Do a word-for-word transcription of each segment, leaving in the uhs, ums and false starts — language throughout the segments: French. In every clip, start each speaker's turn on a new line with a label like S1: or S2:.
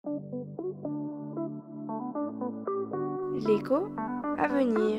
S1: L'écho à venir.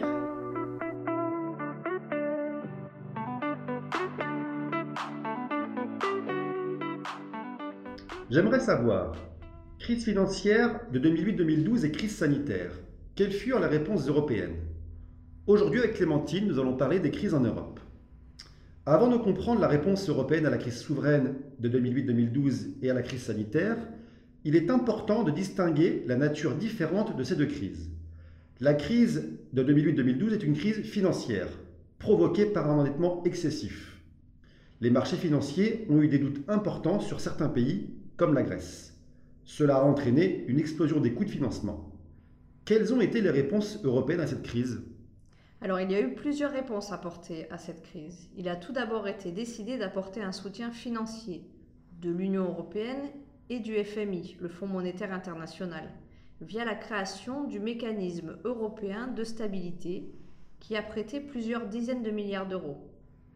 S2: J'aimerais savoir, crise financière de deux mille huit deux mille douze et crise sanitaire, quelles furent les réponses européennes? Aujourd'hui, avec Clémentine, nous allons parler des crises en Europe. Avant de comprendre la réponse européenne à la crise souveraine de deux mille huit deux mille douze et à la crise sanitaire, il est important de distinguer la nature différente de ces deux crises. La crise de deux mille huit deux mille douze est une crise financière, provoquée par un endettement excessif. Les marchés financiers ont eu des doutes importants sur certains pays, comme la Grèce. Cela a entraîné une explosion des coûts de financement. Quelles ont été les réponses européennes à cette crise?
S3: Alors, il y a eu plusieurs réponses apportées à cette crise. Il a tout d'abord été décidé d'apporter un soutien financier de l'Union européenne et du F M I, le Fonds monétaire international, via la création du mécanisme européen de stabilité qui a prêté plusieurs dizaines de milliards d'euros.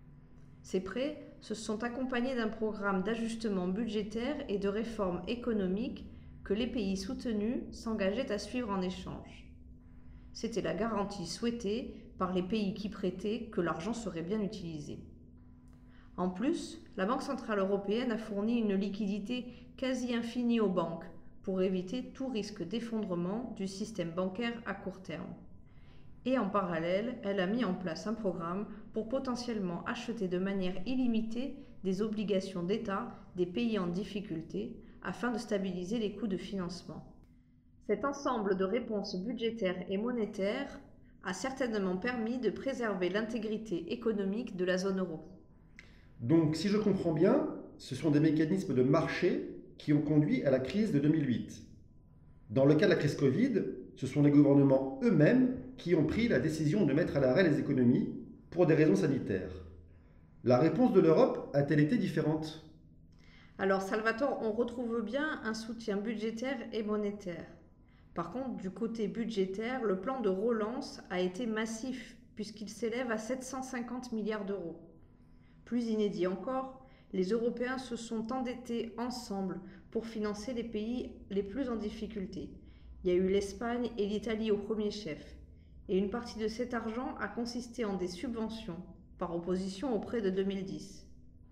S3: Ces prêts se sont accompagnés d'un programme d'ajustement budgétaire et de réformes économiques que les pays soutenus s'engageaient à suivre en échange. C'était la garantie souhaitée par les pays qui prêtaient que l'argent serait bien utilisé. En plus, la Banque centrale européenne a fourni une liquidité quasi infinie aux banques pour éviter tout risque d'effondrement du système bancaire à court terme. Et en parallèle, elle a mis en place un programme pour potentiellement acheter de manière illimitée des obligations d'État des pays en difficulté afin de stabiliser les coûts de financement. Cet ensemble de réponses budgétaires et monétaires a certainement permis de préserver l'intégrité économique de la zone euro.
S2: Donc, si je comprends bien, ce sont des mécanismes de marché qui ont conduit à la crise de deux mille huit. Dans le cas de la crise Covid, ce sont les gouvernements eux-mêmes qui ont pris la décision de mettre à l'arrêt les économies pour des raisons sanitaires. La réponse de l'Europe a-t-elle été différente?
S3: Alors, Salvatore, on retrouve bien un soutien budgétaire et monétaire. Par contre, du côté budgétaire, le plan de relance a été massif puisqu'il s'élève à sept cent cinquante milliards d'euros. Plus inédit encore, les Européens se sont endettés ensemble pour financer les pays les plus en difficulté. Il y a eu l'Espagne et l'Italie au premier chef. Et une partie de cet argent a consisté en des subventions, par opposition aux prêts de deux mille dix.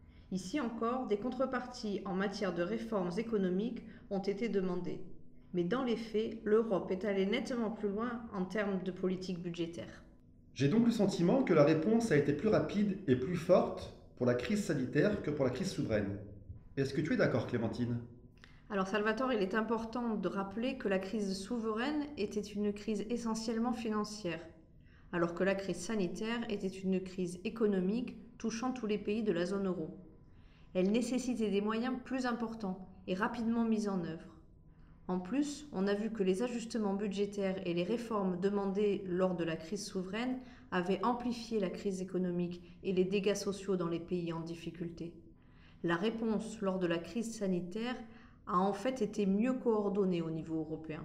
S3: Ici encore, des contreparties en matière de réformes économiques ont été demandées. Mais dans les faits, l'Europe est allée nettement plus loin en termes de politique budgétaire.
S2: J'ai donc le sentiment que la réponse a été plus rapide et plus forte pour la crise sanitaire que pour la crise souveraine. Est-ce que tu es d'accord, Clémentine?
S3: Alors Salvatore, il est important de rappeler que la crise souveraine était une crise essentiellement financière, alors que la crise sanitaire était une crise économique touchant tous les pays de la zone euro. Elle nécessitait des moyens plus importants et rapidement mis en œuvre. En plus, on a vu que les ajustements budgétaires et les réformes demandées lors de la crise souveraine avaient amplifié la crise économique et les dégâts sociaux dans les pays en difficulté. La réponse lors de la crise sanitaire a en fait été mieux coordonnée au niveau européen.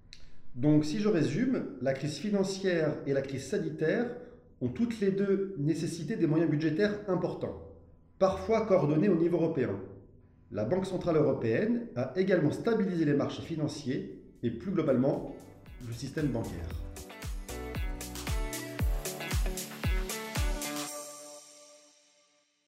S2: Donc, si je résume, la crise financière et la crise sanitaire ont toutes les deux nécessité des moyens budgétaires importants, parfois coordonnés au niveau européen. La Banque centrale européenne a également stabilisé les marchés financiers et plus globalement le système bancaire.